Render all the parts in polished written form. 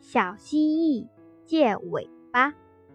小蜥蜴借尾巴。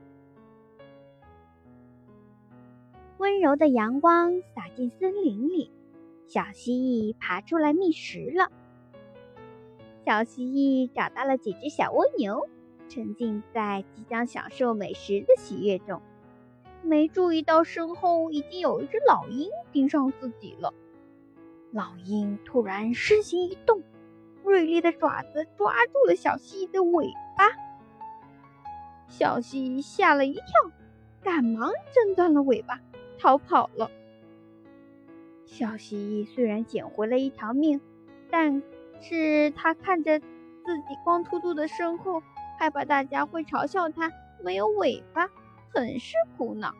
温柔的阳光洒进森林里，小蜥蜴爬出来觅食了。小蜥蜴找到了几只小蜗牛，沉浸在即将享受美食的喜悦中，没注意到身后已经有一只老鹰盯上自己了。老鹰突然身形一动，锐利的爪子抓住了小蜥蜴的尾巴。小蜥蜴吓了一跳，赶忙挣断了尾巴，逃跑了。小蜥蜴虽然捡回了一条命，但是他看着自己光秃秃的身后，害怕大家会嘲笑他没有尾巴，很是苦恼。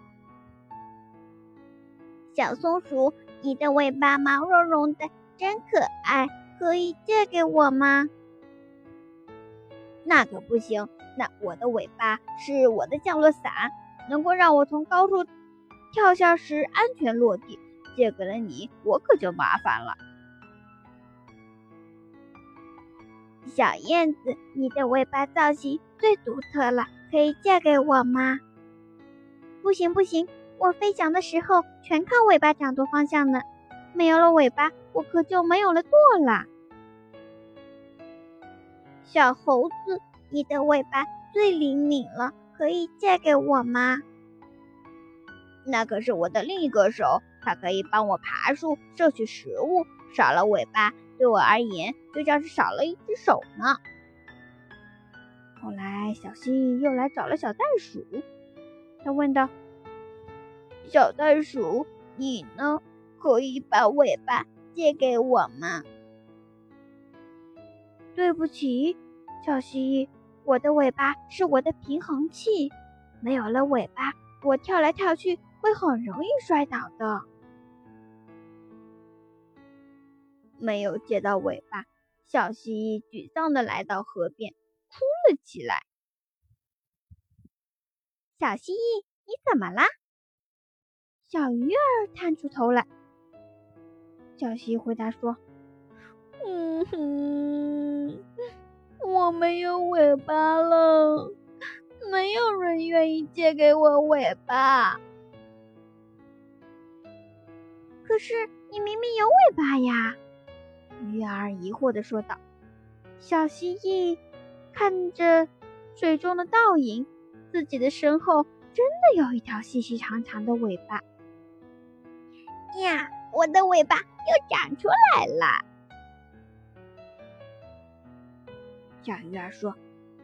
小松鼠，你的尾巴毛茸茸的，真可爱，可以借给我吗？ 那可不行，我的尾巴是我的降落伞，能够让我从高处跳下时安全落地，借给了你，我可就麻烦了。 小燕子，你的尾巴造型最独特了，可以借给我吗？不行，我飞翔的时候全靠尾巴掌舵方向呢，没有了尾巴，我可就没有了舵了。小猴子，你的尾巴最灵敏了，可以借给我吗？ 那可是我的另一个手，它可以帮我爬树、摄取食物，少了尾巴，对我而言就像是少了一只手呢。后来，小蜥蜴又来找了小袋鼠，他问道：“ 小袋鼠，你呢？可以把尾巴借给我吗？” 对不起，小蜥蜴，我的尾巴是我的平衡器，没有了尾巴，我跳来跳去会很容易摔倒的。没有借到尾巴，小蜥蜴沮丧地来到河边，哭了起来。 小蜥蜴，你怎么啦？ 小鱼儿探出头来。小蜥蜴回答说：“我没有尾巴了，没有人愿意借给我尾巴。” 可是你明明有尾巴呀！ 鱼儿疑惑地说道。小蜥蜴看着水中的倒影，自己的身后真的有一条细细长长的尾巴。 呀，我的尾巴又长出来了！ 小鱼儿说：“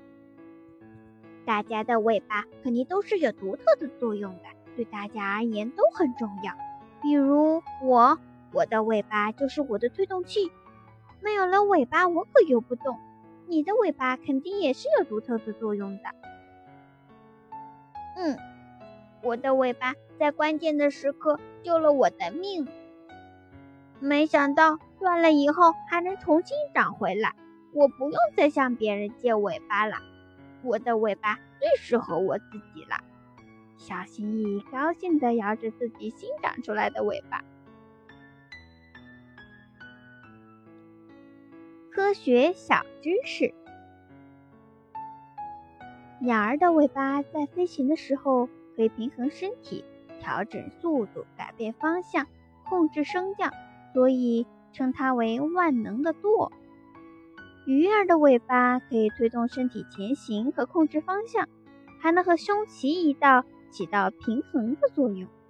大家的尾巴肯定都是有独特的作用的，对大家而言都很重要。比如我的尾巴就是我的推动器，没有了尾巴我可游不动。你的尾巴肯定也是有独特的作用的。我的尾巴在关键的时刻救了我的命，没想到断了以后还能重新长回来，我不用再向别人借尾巴了，我的尾巴最适合我自己了。” 小蜥蜴高兴地摇着自己新长出来的尾巴。科学小知识：鸟儿的尾巴在飞行的时候可以平衡身体，调整速度，改变方向，控制升降，所以称它为万能的舵。鱼儿的尾巴可以推动身体前行和控制方向，还能和胸鳍一道起到平衡的作用。